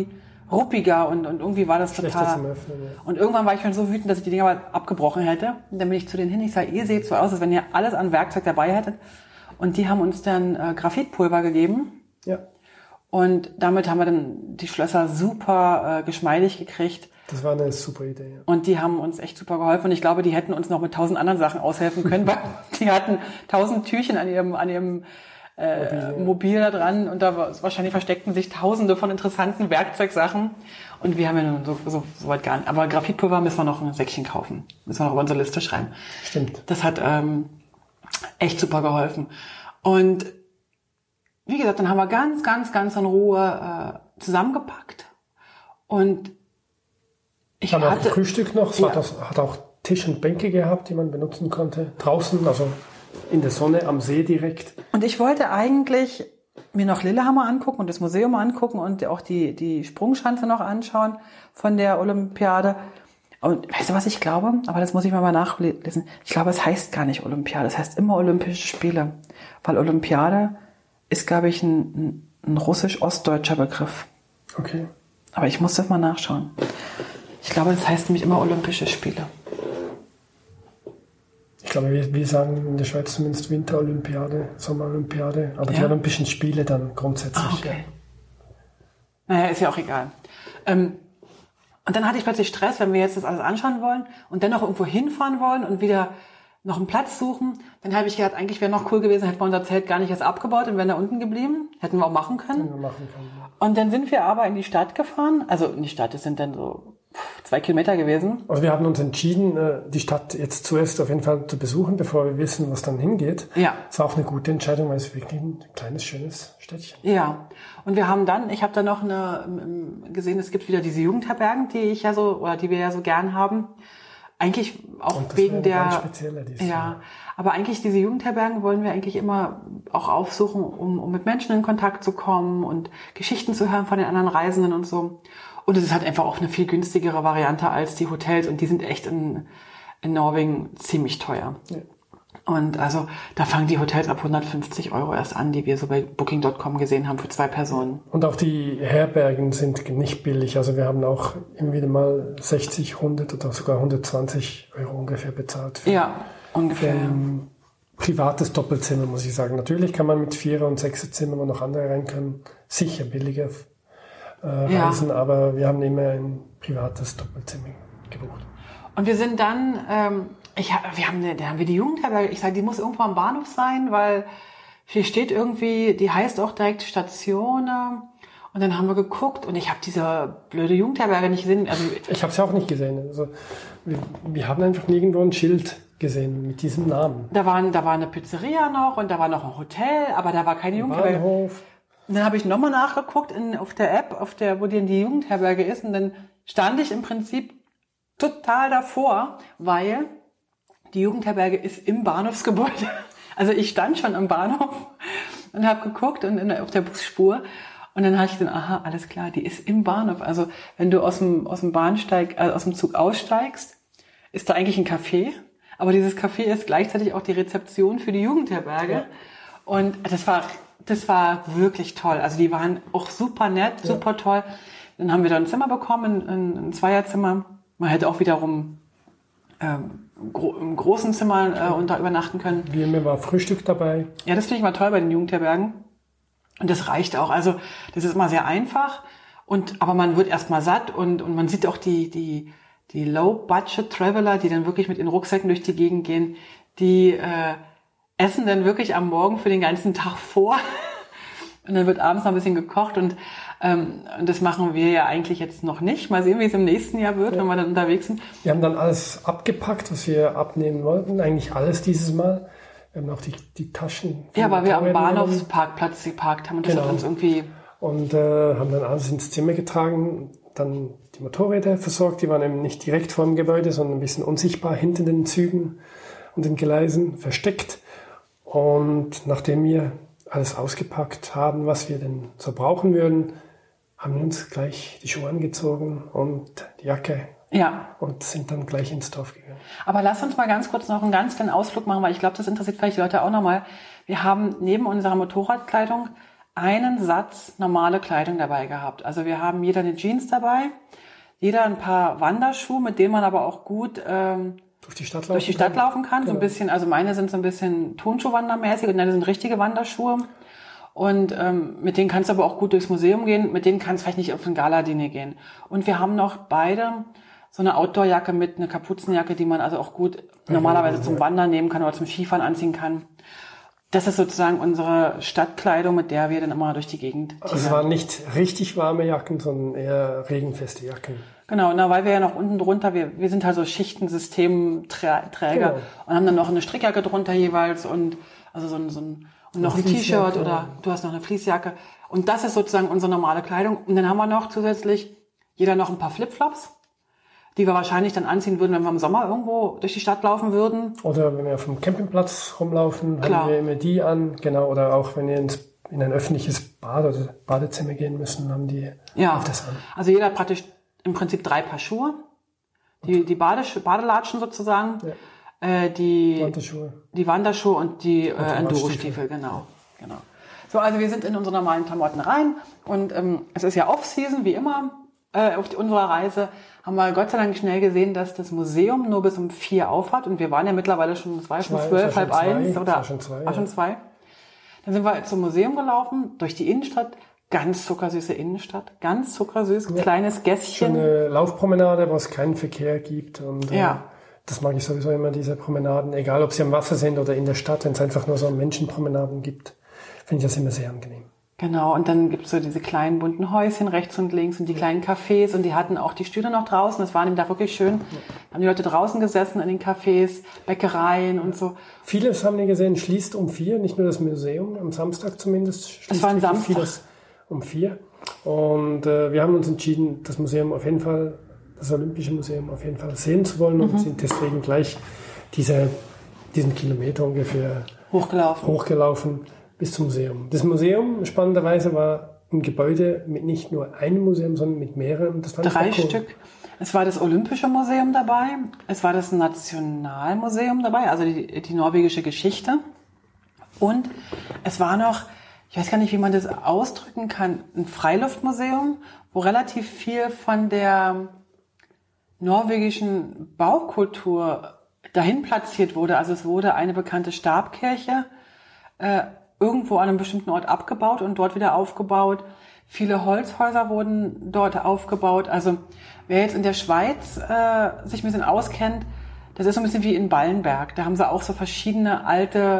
ruppiger und irgendwie war das Schlechter total. zum Öffnen, ja. Und irgendwann war ich schon so wütend, dass ich die Dinger mal abgebrochen hätte. Und dann bin ich zu denen hin, ich sage, ihr seht so aus, als wenn ihr alles an Werkzeug dabei hättet. Und die haben uns dann Graphitpulver gegeben. Ja. Und damit haben wir dann die Schlösser super geschmeidig gekriegt. Das war eine super Idee, ja. Und die haben uns echt super geholfen. Und ich glaube, die hätten uns noch mit 1000 anderen Sachen aushelfen können, weil die hatten 1000 Türchen an ihrem Mobil da dran. Und da wahrscheinlich versteckten sich tausende von interessanten Werkzeugsachen. Und wir haben ja nun so weit gar nicht. Aber Graphitpulver müssen wir noch ein Säckchen kaufen. Müssen wir noch auf unsere Liste schreiben. Stimmt. Das hat echt super geholfen. Und wie gesagt, dann haben wir ganz, ganz, ganz in Ruhe zusammengepackt. Und ich Dann auch hatte Frühstück noch. Es hat auch Tisch und Bänke gehabt, die man benutzen konnte. Draußen, also in der Sonne, am See direkt. Und ich wollte eigentlich mir noch Lillehammer angucken und das Museum angucken und auch die Sprungschanze noch anschauen von der Olympiade. Und weißt du, was ich glaube? Aber das muss ich mal nachlesen. Ich glaube, es heißt gar nicht Olympiade. Es heißt immer Olympische Spiele. Weil Olympiade ist, glaube ich, ein russisch-ostdeutscher Begriff. Okay. Aber ich muss das mal nachschauen. Ich glaube, das heißt nämlich immer Olympische Spiele. Ich glaube, wir sagen in der Schweiz zumindest Winterolympiade, Sommerolympiade, aber die Ja. Olympischen Spiele dann grundsätzlich. Okay. Naja, ist ja auch egal. Und dann hatte ich plötzlich Stress, wenn wir jetzt das alles anschauen wollen und dann noch irgendwo hinfahren wollen und wieder noch einen Platz suchen. Dann habe ich gedacht, eigentlich wäre noch cool gewesen, hätten wir unser Zelt gar nicht erst abgebaut und wären da unten geblieben. Hätten wir auch machen können. Ja, machen können, ja. Und dann sind wir aber in die Stadt gefahren. Also in die Stadt, das sind dann so 2 Kilometer gewesen. Also wir haben uns entschieden, die Stadt jetzt zuerst auf jeden Fall zu besuchen, bevor wir wissen, was dann hingeht. Ja. Das war auch eine gute Entscheidung, weil es wirklich ein kleines, schönes Städtchen. Ja. Und wir haben dann, ich habe dann noch gesehen, es gibt wieder diese Jugendherbergen, die wir ja so gern haben. Eigentlich auch Und das wegen war der, ganz spezieller dieses ja, Jahr. aber eigentlich diese Jugendherbergen wollen wir eigentlich immer auch aufsuchen, um mit Menschen in Kontakt zu kommen und Geschichten zu hören von den anderen Reisenden und so. Und es ist halt einfach auch eine viel günstigere Variante als die Hotels und die sind echt in Norwegen ziemlich teuer. Ja. Und also da fangen die Hotels ab 150 € erst an, die wir so bei Booking.com gesehen haben für 2 Personen. Und auch die Herbergen sind nicht billig. Also wir haben auch immer wieder mal 60, 100 oder sogar 120 € ungefähr bezahlt für, Ja, für ungefähr. ein privates Doppelzimmer, muss ich sagen. Natürlich kann man mit 4er- und 6er-Zimmern, wo noch andere rein können, sicher billiger reisen, aber wir haben immer ein privates Doppelzimmer gebucht. Und wir sind dann, da haben wir die Jugendherberge, ich sage, die muss irgendwo am Bahnhof sein, weil hier steht irgendwie, die heißt auch direkt Station. Und dann haben wir geguckt und ich habe diese blöde Jugendherberge nicht gesehen. Also Ich habe es ja auch nicht gesehen. Also wir haben einfach nirgendwo ein Schild gesehen mit diesem Namen. da war eine Pizzeria noch und da war noch ein Hotel, aber da war keine Jugendherberge. Bahnhof. Und dann habe ich nochmal nachgeguckt auf der App, wo denn die Jugendherberge ist. Und dann stand ich im Prinzip total davor, weil die Jugendherberge ist im Bahnhofsgebäude. Also ich stand schon am Bahnhof und habe geguckt und auf der Busspur. Und dann habe ich gedacht, aha, alles klar, die ist im Bahnhof. Also wenn du aus dem Zug aussteigst, ist da eigentlich ein Café. Aber dieses Café ist gleichzeitig auch die Rezeption für die Jugendherberge. Ja. Und das war wirklich toll. Also die waren auch super nett, super toll. Dann haben wir da ein Zimmer bekommen, ein Zweierzimmer. Man hätte auch wiederum im großen Zimmer übernachten können. Wie immer war Frühstück dabei. Ja, das finde ich mal toll bei den Jugendherbergen. Und das reicht auch. Also das ist immer sehr einfach. Aber man wird erstmal satt und man sieht auch die Low-Budget-Traveler, die dann wirklich mit den Rucksäcken durch die Gegend gehen, die essen dann wirklich am Morgen für den ganzen Tag vor. Und dann wird abends noch ein bisschen gekocht und das machen wir ja eigentlich jetzt noch nicht. Mal sehen, wie es im nächsten Jahr wird, wenn wir dann unterwegs sind. Wir haben dann alles abgepackt, was wir abnehmen wollten. Eigentlich alles dieses Mal. Wir haben auch die Taschen. Ja, weil wir am Bahnhofsparkplatz geparkt haben und das hat uns irgendwie... Und haben dann alles ins Zimmer getragen. Dann die Motorräder versorgt. Die waren eben nicht direkt vor dem Gebäude, sondern ein bisschen unsichtbar hinter den Zügen und den Gleisen versteckt. Und nachdem wir alles ausgepackt haben, was wir denn so brauchen würden, haben wir uns gleich die Schuhe angezogen und die Jacke und sind dann gleich ins Dorf gegangen. Aber lass uns mal ganz kurz noch einen ganz kleinen Ausflug machen, weil ich glaube, das interessiert vielleicht die Leute auch nochmal. Wir haben neben unserer Motorradkleidung einen Satz normale Kleidung dabei gehabt. Also wir haben jeder eine Jeans dabei, jeder ein paar Wanderschuhe, mit denen man aber auch gut durch die Stadt laufen kann. Genau. So ein bisschen, also meine sind so ein bisschen Turnschuhwandermäßig und deine sind richtige Wanderschuhe. Und mit denen kannst du aber auch gut durchs Museum gehen, mit denen kannst du vielleicht nicht auf ein Gala-Dinner gehen. Und wir haben noch beide so eine Outdoor-Jacke mit, eine Kapuzenjacke, die man also auch gut normalerweise zum Wandern nehmen kann oder zum Skifahren anziehen kann. Das ist sozusagen unsere Stadtkleidung, mit der wir dann immer durch die Gegend ziehen. Also es waren nicht richtig warme Jacken, sondern eher regenfeste Jacken. Genau, weil wir ja noch unten drunter, wir sind halt so Schichtensystemträger und haben dann noch eine Strickjacke drunter jeweils und also und noch ein T-Shirt oder du hast noch eine Fließjacke. Und das ist sozusagen unsere normale Kleidung. Und dann haben wir noch zusätzlich jeder noch ein paar Flipflops, die wir wahrscheinlich dann anziehen würden, wenn wir im Sommer irgendwo durch die Stadt laufen würden. Oder wenn wir auf dem Campingplatz rumlaufen, haben wir immer die an. Genau, oder auch wenn wir in ein öffentliches Bad oder Badezimmer gehen müssen, haben die auch das an. Also jeder hat praktisch im Prinzip 3 Paar Schuhe. Die Badelatschen sozusagen. Ja. Die Wanderschuhe und die Enduro-Stiefel, genau. So, also wir sind in unsere normalen Klamotten rein und es ist ja Off-Season, wie immer. Auf unserer Reise haben wir Gott sei Dank schnell gesehen, dass das Museum nur bis um 4 aufhat und wir waren ja mittlerweile schon, es war schon 12, halb 1 oder war schon 2. Dann sind wir zum Museum gelaufen, durch die Innenstadt. Ganz zuckersüße Innenstadt, ganz zuckersüß, kleines Gässchen. Schöne Laufpromenade, wo es keinen Verkehr gibt und das mag ich sowieso immer, diese Promenaden, egal ob sie am Wasser sind oder in der Stadt, wenn es einfach nur so Menschenpromenaden gibt, finde ich das immer sehr angenehm. Genau, und dann gibt's so diese kleinen bunten Häuschen rechts und links und die kleinen Cafés und die hatten auch die Stühle noch draußen, das war nämlich da wirklich schön. Haben die Leute draußen gesessen in den Cafés, Bäckereien und so. Vieles haben wir gesehen, schließt um 4, nicht nur das Museum, am Samstag zumindest. Es war ein Samstag. Vieles um 4 und wir haben uns entschieden, das Museum auf jeden Fall, das Olympische Museum auf jeden Fall sehen zu wollen und sind deswegen gleich diesen Kilometer ungefähr hochgelaufen bis zum Museum. Das Museum, spannenderweise, war ein Gebäude mit nicht nur einem Museum, sondern mit mehreren. Das fand 3 ich cool. Stück. Es war das Olympische Museum dabei, es war das Nationalmuseum dabei, also die norwegische Geschichte. Und es war noch, ich weiß gar nicht, wie man das ausdrücken kann, ein Freiluftmuseum, wo relativ viel von der norwegischen Baukultur dahin platziert wurde. Also es wurde eine bekannte Stabkirche irgendwo an einem bestimmten Ort abgebaut und dort wieder aufgebaut. Viele Holzhäuser wurden dort aufgebaut. Also wer jetzt in der Schweiz sich ein bisschen auskennt, das ist so ein bisschen wie in Ballenberg. Da haben sie auch so verschiedene alte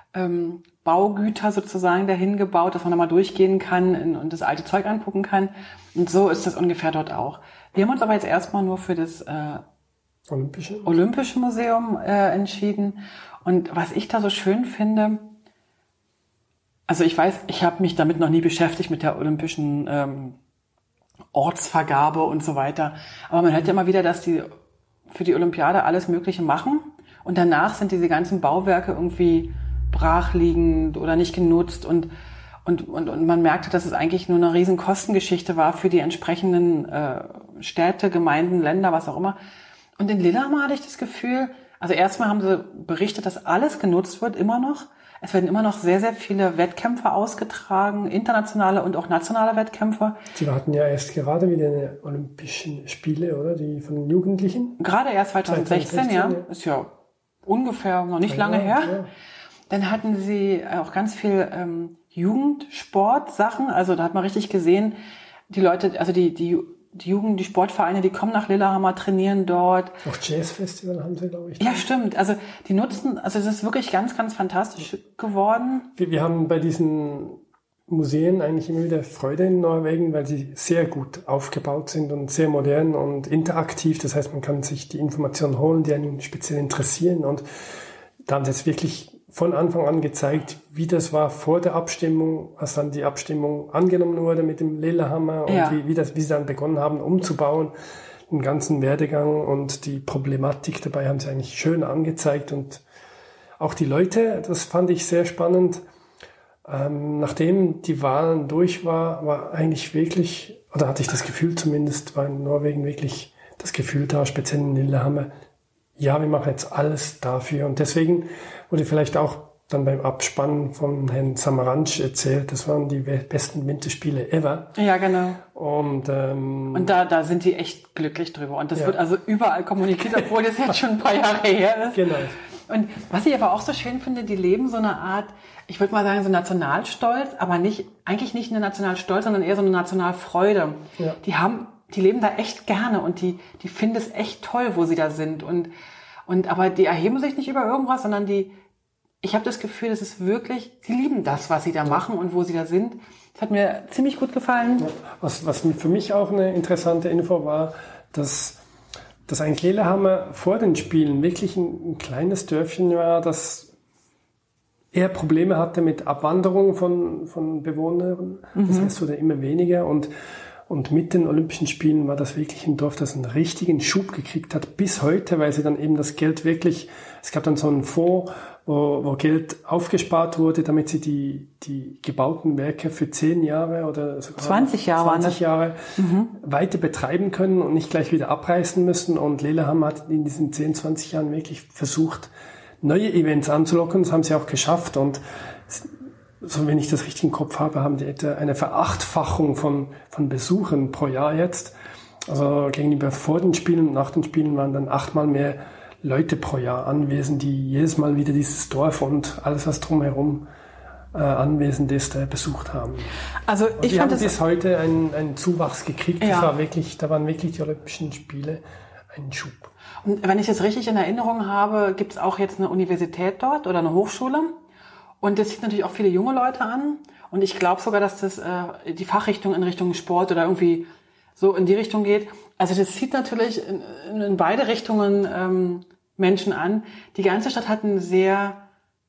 Baugüter sozusagen dahin gebaut, dass man da mal durchgehen kann und das alte Zeug angucken kann. Und so ist das ungefähr dort auch. Wir haben uns aber jetzt erstmal nur für das Olympische Museum entschieden. Und was ich da so schön finde, also ich weiß, ich habe mich damit noch nie beschäftigt mit der olympischen Ortsvergabe und so weiter. Aber man hört ja immer wieder, dass die für die Olympiade alles Mögliche machen. Und danach sind diese ganzen Bauwerke irgendwie brachliegend oder nicht genutzt und man merkte, dass es eigentlich nur eine riesen Kostengeschichte war für die entsprechenden Städte, Gemeinden, Länder, was auch immer. Und in Lillehammer hatte ich das Gefühl, also erstmal haben sie berichtet, dass alles genutzt wird, immer noch. Es werden immer noch sehr, sehr viele Wettkämpfe ausgetragen, internationale und auch nationale Wettkämpfe. Sie hatten ja erst gerade wieder eine Olympischen Spiele, oder? Die von den Jugendlichen? Gerade erst 2016, ja. Ist ja ungefähr noch nicht lange her. Ja. Dann hatten sie auch ganz viel Jugendsportsachen. Also da hat man richtig gesehen, die Leute, also die Jugend, die Sportvereine, die kommen nach Lillehammer, trainieren dort. Auch Jazzfestival haben sie, glaube ich. Ja, stimmt. Also die nutzen, also es ist wirklich ganz, ganz fantastisch geworden. Wir haben bei diesen Museen eigentlich immer wieder Freude in Norwegen, weil sie sehr gut aufgebaut sind und sehr modern und interaktiv. Das heißt, man kann sich die Informationen holen, die einen speziell interessieren. Und da haben sie jetzt wirklich von Anfang an gezeigt, wie das war vor der Abstimmung, als dann die Abstimmung angenommen wurde mit dem Lillehammer und wie sie dann begonnen haben umzubauen, den ganzen Werdegang und die Problematik dabei haben sie eigentlich schön angezeigt und auch die Leute, das fand ich sehr spannend. Nachdem die Wahlen durch war eigentlich wirklich, oder hatte ich das Gefühl zumindest, war in Norwegen wirklich das Gefühl da, speziell in Lillehammer, ja, wir machen jetzt alles dafür. Und deswegen wurde vielleicht auch dann beim Abspann von Herrn Samaranch erzählt, das waren die besten Winterspiele ever. Ja, genau. Und da sind die echt glücklich drüber. Und das wird also überall kommuniziert, obwohl das jetzt schon ein paar Jahre her ist. Genau. Und was ich aber auch so schön finde, die leben so eine Art, ich würde mal sagen, so Nationalstolz, aber eigentlich nicht eine Nationalstolz, sondern eher so eine Nationalfreude. Ja. Die leben da echt gerne und die finden es echt toll, wo sie da sind. Aber die erheben sich nicht über irgendwas, sondern ich habe das Gefühl, das ist wirklich, sie lieben das, was sie da machen und wo sie da sind. Das hat mir ziemlich gut gefallen. Ja. Was für mich auch eine interessante Info war, dass eigentlich Lillehammer vor den Spielen wirklich ein kleines Dörfchen war, das eher Probleme hatte mit Abwanderung von Bewohnern. Das heißt, es wurde immer weniger und mit den Olympischen Spielen war das wirklich ein Dorf, das einen richtigen Schub gekriegt hat bis heute, weil sie dann eben das Geld wirklich, es gab dann so einen Fonds, wo Geld aufgespart wurde, damit sie die gebauten Werke für 10 Jahre oder sogar 20 Jahre weiter betreiben können und nicht gleich wieder abreißen müssen. Und Lillehammer hat in diesen 10, 20 Jahren wirklich versucht, neue Events anzulocken. Das haben sie auch geschafft. Und so, wenn ich das richtig im Kopf habe, haben die etwa eine Verachtfachung von Besuchern pro Jahr jetzt. Also gegenüber vor den Spielen und nach den Spielen waren dann 8-mal mehr Leute pro Jahr anwesend, die jedes Mal wieder dieses Dorf und alles, was drumherum anwesend ist, besucht haben. Also die haben bis heute einen Zuwachs gekriegt. Ja. Da waren wirklich die Olympischen Spiele ein Schub. Und wenn ich das richtig in Erinnerung habe, gibt es auch jetzt eine Universität dort oder eine Hochschule. Und das zieht natürlich auch viele junge Leute an. Und ich glaube sogar, dass das die Fachrichtung in Richtung Sport oder irgendwie so in die Richtung geht. Also das zieht natürlich in beide Richtungen Menschen an. Die ganze Stadt hat einen sehr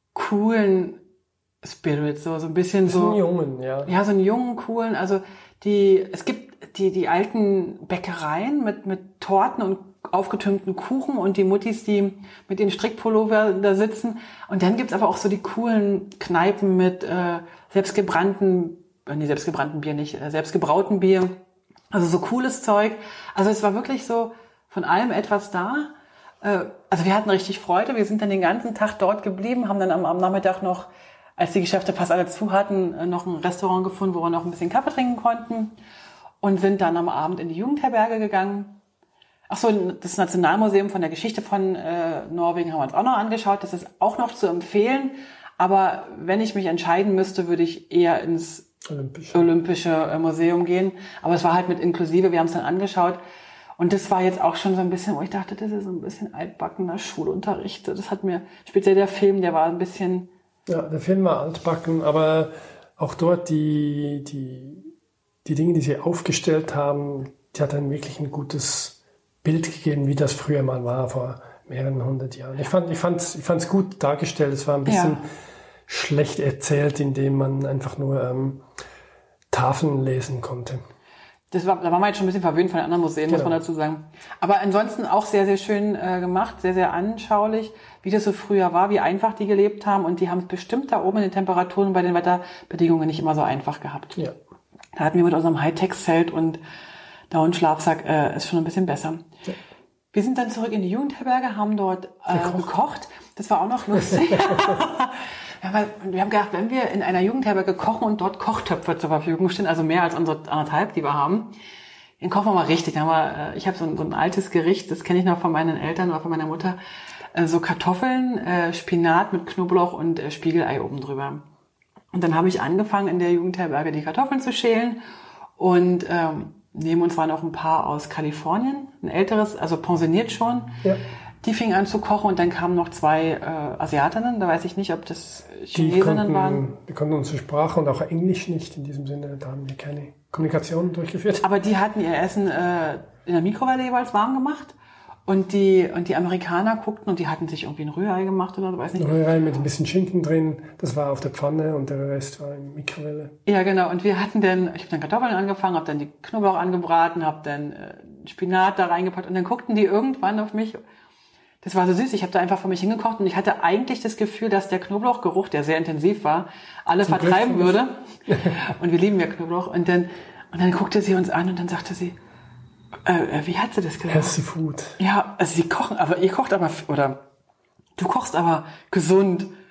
coolen Spirit, so ein bisschen so. Einen jungen, ja. Ja, so einen jungen, coolen. Also es gibt die alten Bäckereien mit Torten und aufgetürmten Kuchen und die Muttis, die mit den Strickpullover da sitzen. Und dann gibt's aber auch so die coolen Kneipen mit selbstgebrauten Bier. Also so cooles Zeug. Also es war wirklich so von allem etwas da. Also wir hatten richtig Freude. Wir sind dann den ganzen Tag dort geblieben, haben dann am Nachmittag noch, als die Geschäfte fast alle zu hatten, noch ein Restaurant gefunden, wo wir noch ein bisschen Kaffee trinken konnten und sind dann am Abend in die Jugendherberge gegangen. Ach so, das Nationalmuseum von der Geschichte von Norwegen haben wir uns auch noch angeschaut. Das ist auch noch zu empfehlen. Aber wenn ich mich entscheiden müsste, würde ich eher ins Olympische Museum gehen. Aber es war halt mit inklusive, wir haben es dann angeschaut. Und das war jetzt auch schon so ein bisschen, wo ich dachte, das ist so ein bisschen altbackener Schulunterricht. Das hat mir, speziell der Film, der war ein bisschen... Ja, der Film war altbacken, aber auch dort die Dinge, die sie aufgestellt haben, die hat dann wirklich ein gutes Bild gegeben, wie das früher mal war, vor mehreren 100 Jahren. Ich fand's gut dargestellt. Es war ein bisschen schlecht erzählt, indem man einfach nur Tafeln lesen konnte. Da war man jetzt schon ein bisschen verwöhnt von den anderen Museen, muss man dazu sagen. Aber ansonsten auch sehr, sehr schön gemacht, sehr, sehr anschaulich, wie das so früher war, wie einfach die gelebt haben. Und die haben es bestimmt da oben in den Temperaturen bei den Wetterbedingungen nicht immer so einfach gehabt. Ja. Da hatten wir mit unserem Hightech-Zelt und Down-Schlafsack ist schon ein bisschen besser. Ja. Wir sind dann zurück in die Jugendherberge, haben dort gekocht. Das war auch noch lustig. Wir haben gedacht, wenn wir in einer Jugendherberge kochen und dort Kochtöpfe zur Verfügung stehen, also mehr als unsere 1,5, die wir haben, dann kochen wir mal richtig. Ich habe so ein altes Gericht, das kenne ich noch von meinen Eltern oder von meiner Mutter, so Kartoffeln, Spinat mit Knoblauch und Spiegelei oben drüber. Und dann habe ich angefangen, in der Jugendherberge die Kartoffeln zu schälen und neben uns waren auch ein Paar aus Kalifornien, ein älteres, also pensioniert schon. Ja. Die fingen an zu kochen und dann kamen noch 2 Asiatinnen. Da weiß ich nicht, ob das Chinesinnen waren. Die konnten unsere Sprache und auch Englisch nicht. In diesem Sinne, da haben wir keine Kommunikation durchgeführt. Aber die hatten ihr Essen in der Mikrowelle jeweils warm gemacht. Und die Amerikaner guckten und die hatten sich irgendwie ein Rührei gemacht oder weiß nicht. Ein Rührei mit ein bisschen Schinken drin. Das war auf der Pfanne und der Rest war in der Mikrowelle. Ja, genau. Und ich habe dann Kartoffeln angefangen, habe dann die Knoblauch angebraten, habe dann Spinat da reingepackt und dann guckten die irgendwann auf mich. Das war so süß. Ich habe da einfach vor mich hingekocht und ich hatte eigentlich das Gefühl, dass der Knoblauchgeruch, der sehr intensiv war, alle vertreiben würde. Und wir lieben ja Knoblauch. Und dann guckte sie uns an und dann sagte sie, wie hat sie das gesagt? Healthy Food. Ja, also du kochst aber gesund.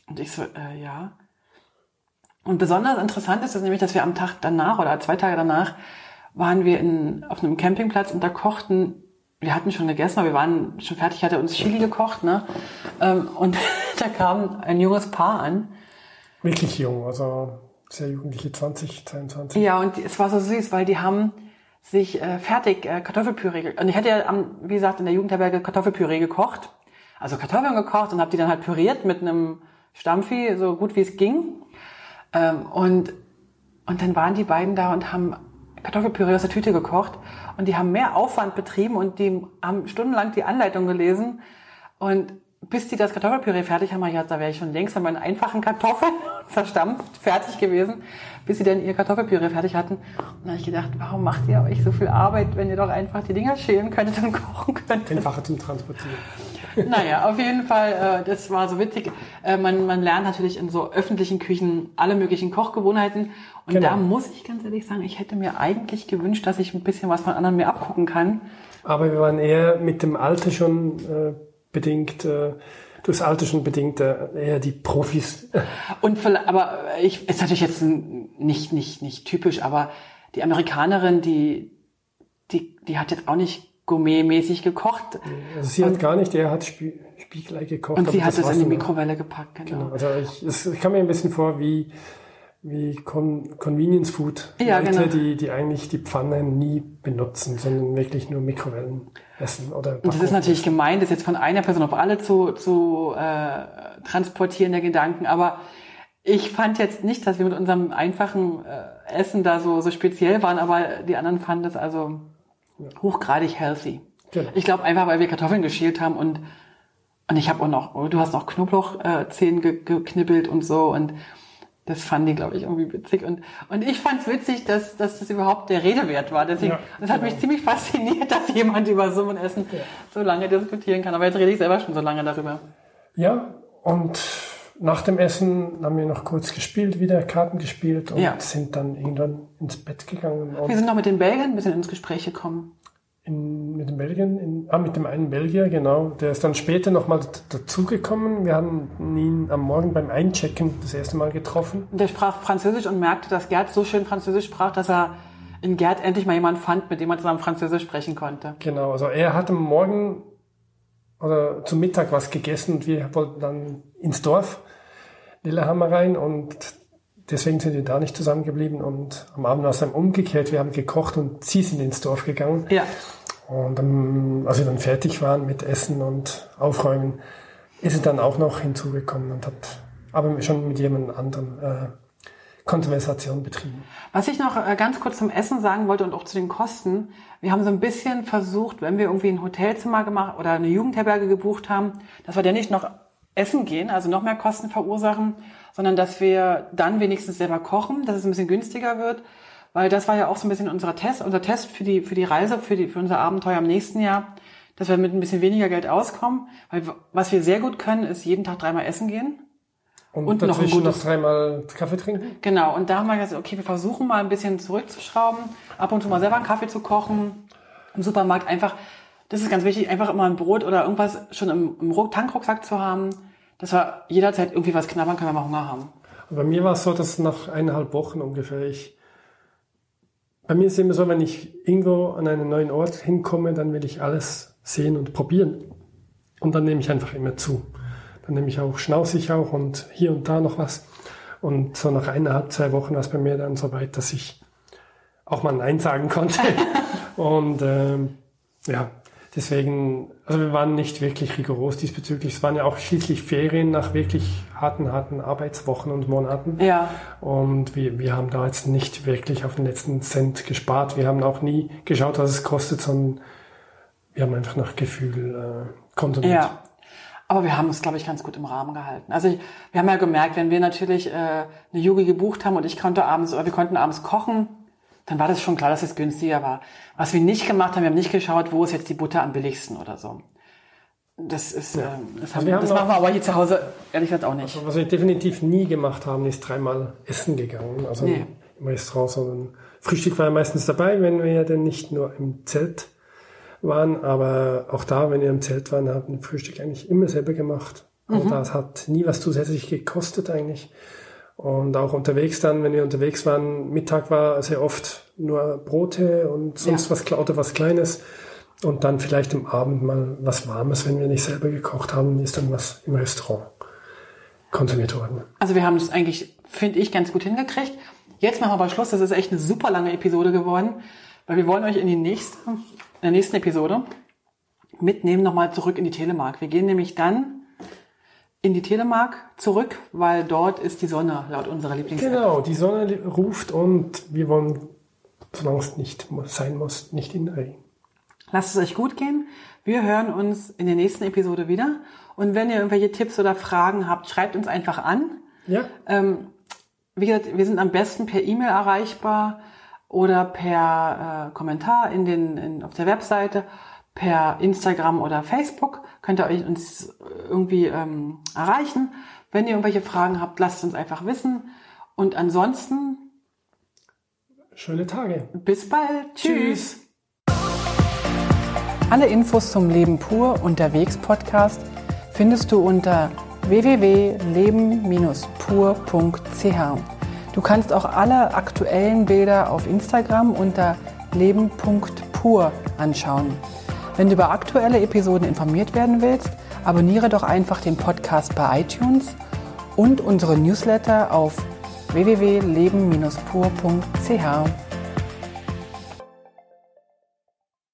Und ich so, ja. Und besonders interessant ist es nämlich, dass wir am Tag danach oder 2 Tage danach waren wir auf einem Campingplatz und da kochten, wir hatten schon gegessen, aber wir waren schon fertig, hatte uns Chili gekocht, ne? Und da kam ein junges Paar an. Wirklich jung, also sehr jugendliche, 20, 22. Ja, und es war so süß, weil die haben sich fertig Kartoffelpüree, und ich hatte ja, wie gesagt, in der Jugendherberge Kartoffelpüree gekocht, also Kartoffeln gekocht und habe die dann halt püriert mit einem Stampfi, so gut wie es ging. Und dann waren die beiden da und haben Kartoffelpüree aus der Tüte gekocht und die haben mehr Aufwand betrieben und die haben stundenlang die Anleitung gelesen und bis die das Kartoffelpüree fertig haben, da wäre ich schon längst von meinen einfachen Kartoffeln verstampft, fertig gewesen, bis sie dann ihr Kartoffelpüree fertig hatten. Und da habe ich gedacht, warum macht ihr euch so viel Arbeit, wenn ihr doch einfach die Dinger schälen könntet und kochen könntet? Einfacher zum Transportieren. Naja, auf jeden Fall, das war so witzig. Man lernt natürlich in so öffentlichen Küchen alle möglichen Kochgewohnheiten. Und genau. Da muss ich ganz ehrlich sagen, ich hätte mir eigentlich gewünscht, dass ich ein bisschen was von anderen mir abgucken kann. Aber wir waren eher mit dem Alter schon bedingt, durchs Alter schon bedingt eher die Profis. Aber ist natürlich jetzt nicht typisch, aber die Amerikanerin, die hat jetzt auch nicht gourmetmäßig gekocht. Also sie hat gar nicht, er hat Spiegelei gekocht. Und sie hat es in die Mikrowelle gepackt, genau. Also ich kam mir ein bisschen vor wie Convenience Food. Ja, Leute, genau. die eigentlich die Pfanne nie benutzen, sondern wirklich nur Mikrowellen essen oder Und das ist natürlich gemeint, das jetzt von einer Person auf alle zu transportieren, der Gedanken, aber ich fand jetzt nicht, dass wir mit unserem einfachen Essen da so speziell waren, aber die anderen fanden es also hochgradig healthy. Genau. Ich glaube einfach, weil wir Kartoffeln geschält haben und ich habe auch noch, du hast noch Knoblauchzehen geknibbelt und so und das fanden die, glaube ich, irgendwie witzig. Und ich fand es witzig, dass das überhaupt der Rede wert war. Deswegen, das hat mich ziemlich fasziniert, dass jemand über Summenessen so lange diskutieren kann. Aber jetzt rede ich selber schon so lange darüber. Ja, und nach dem Essen haben wir noch kurz gespielt, wieder Karten gespielt und sind dann irgendwann ins Bett gegangen. Wir sind noch mit den Belgiern ein bisschen ins Gespräch gekommen. Mit dem Belgien, mit dem einen Belgier, genau. Der ist dann später nochmal dazugekommen. Wir haben ihn am Morgen beim Einchecken das erste Mal getroffen. Und der sprach Französisch und merkte, dass Gerd so schön Französisch sprach, dass er in Gerd endlich mal jemanden fand, mit dem er zusammen Französisch sprechen konnte. Genau, also er hat am Morgen oder zum Mittag was gegessen und wir wollten dann ins Dorf, Lillehammer rein, und deswegen sind wir da nicht zusammengeblieben und am Abend war es dann umgekehrt. Wir haben gekocht und sie sind ins Dorf gegangen. Ja. Und als wir dann fertig waren mit Essen und Aufräumen, ist sie dann auch noch hinzugekommen und hat aber schon mit jemand anderem Konversation betrieben. Was ich noch ganz kurz zum Essen sagen wollte und auch zu den Kosten. Wir haben so ein bisschen versucht, wenn wir irgendwie ein Hotelzimmer gemacht oder eine Jugendherberge gebucht haben, dass wir ja nicht noch essen gehen, also noch mehr Kosten verursachen, sondern dass wir dann wenigstens selber kochen, dass es ein bisschen günstiger wird. Weil das war ja auch so ein bisschen unser Test für die Reise, für unser Abenteuer im nächsten Jahr, dass wir mit ein bisschen weniger Geld auskommen. Weil was wir sehr gut können, ist jeden Tag 3-mal essen gehen. Und dazwischen noch 3-mal Kaffee trinken? Genau, und da haben wir gesagt, okay, wir versuchen mal ein bisschen zurückzuschrauben, ab und zu mal selber einen Kaffee zu kochen, im Supermarkt einfach, das ist ganz wichtig, einfach immer ein Brot oder irgendwas schon im Tankrucksack zu haben, dass wir jederzeit irgendwie was knabbern können, wenn wir Hunger haben. Und bei mir war es so, dass nach 1,5 Wochen ungefähr bei mir ist es immer so, wenn ich irgendwo an einen neuen Ort hinkomme, dann will ich alles sehen und probieren. Und dann nehme ich einfach immer zu. Dann nehme ich auch, schnauze ich auch und hier und da noch was. Und so nach 1,5, 2 Wochen war es bei mir dann so weit, dass ich auch mal Nein sagen konnte. Und deswegen, also wir waren nicht wirklich rigoros diesbezüglich. Es waren ja auch schließlich Ferien nach wirklich harten Arbeitswochen und Monaten. Ja. Und wir haben da jetzt nicht wirklich auf den letzten Cent gespart. Wir haben auch nie geschaut, was es kostet, sondern wir haben einfach nach Gefühl konsumiert. Ja. Aber wir haben es, glaube ich, ganz gut im Rahmen gehalten. Also wir haben ja gemerkt, wenn wir natürlich eine Jugi gebucht haben und wir konnten abends kochen, dann war das schon klar, dass es günstiger war. Was wir nicht gemacht haben, wir haben nicht geschaut, wo ist jetzt die Butter am billigsten oder so. Das ist, das machen wir aber hier zu Hause ehrlich gesagt auch nicht. Also, was wir definitiv nie gemacht haben, ist 3-mal essen gegangen. Also im Restaurant, sondern Frühstück war ja meistens dabei, wenn wir ja dann nicht nur im Zelt waren, aber auch da, wenn wir im Zelt waren, haben wir Frühstück eigentlich immer selber gemacht. Und das hat nie was zusätzlich gekostet eigentlich. Und auch unterwegs dann, wenn wir unterwegs waren, Mittag war sehr oft nur Brote und sonst was Kleines. Und dann vielleicht am Abend mal was Warmes, wenn wir nicht selber gekocht haben, ist dann was im Restaurant konsumiert worden. Also wir haben das eigentlich, finde ich, ganz gut hingekriegt. Jetzt machen wir aber Schluss. Das ist echt eine super lange Episode geworden, weil wir wollen euch in der nächsten Episode mitnehmen, nochmal zurück in die Telemark. Wir gehen nämlich dann in die Telemark zurück, weil dort ist die Sonne, laut unserer Lieblings-App. Genau, die Sonne ruft und wir wollen, solange es nicht sein muss, nicht in den Regen. Lasst es euch gut gehen. Wir hören uns in der nächsten Episode wieder. Und wenn ihr irgendwelche Tipps oder Fragen habt, schreibt uns einfach an. Ja. Wie gesagt, wir sind am besten per E-Mail erreichbar oder per Kommentar auf der Webseite, per Instagram oder Facebook. Könnt ihr uns irgendwie erreichen. Wenn ihr irgendwelche Fragen habt, lasst es uns einfach wissen. Und ansonsten schöne Tage. Bis bald. Tschüss. Alle Infos zum Leben pur unterwegs Podcast findest du unter www.leben-pur.ch. Du kannst auch alle aktuellen Bilder auf Instagram unter leben.pur anschauen. Wenn du über aktuelle Episoden informiert werden willst, abonniere doch einfach den Podcast bei iTunes und unsere Newsletter auf www.leben-pur.ch.